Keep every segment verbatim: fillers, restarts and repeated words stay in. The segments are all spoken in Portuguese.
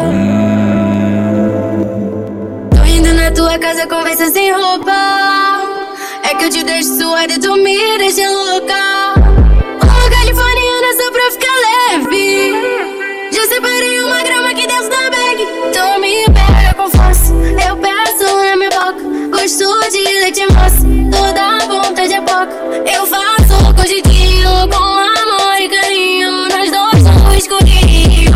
Tô indo na tua casa, conversa sem roupa. É que eu te deixo suada e tu me deixa louca. Ô californiana só pra ficar leve. Já separei uma grama aqui dentro da bag. Tu me pega com força, eu peço na minha boca. Gosto de leite moça, toda vontade é pouca. Eu faço com jeitinho, com amor e carinho. Nós dois no escurinho.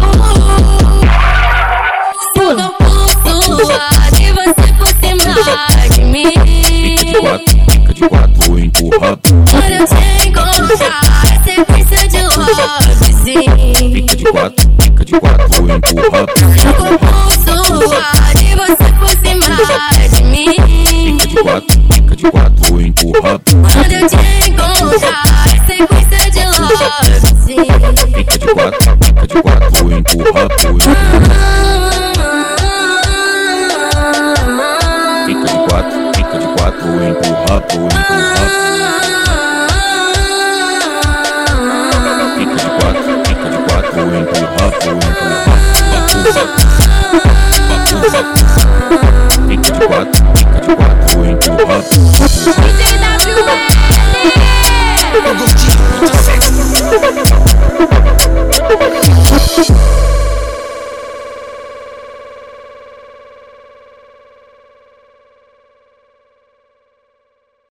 Sinto o pulso de você por cima de mim. Fica de quatro, fica de quatro, empurra. Quando eu te encontrar, é sequência de love, sim. Fica de quatro, fica de quatro, empurra. Sinto o pulso de você por cima de mim. Fica de quatro, fica de quatro, empurra. Quando eu te encontrar, é sequência de love, sim. Fica de quatro, fica de quatro, empurra. Fica de quatro, fica de quatro, empurra, empurra. Fica de quatro, fica de quatro, empurra, empurra. Fica de quatro.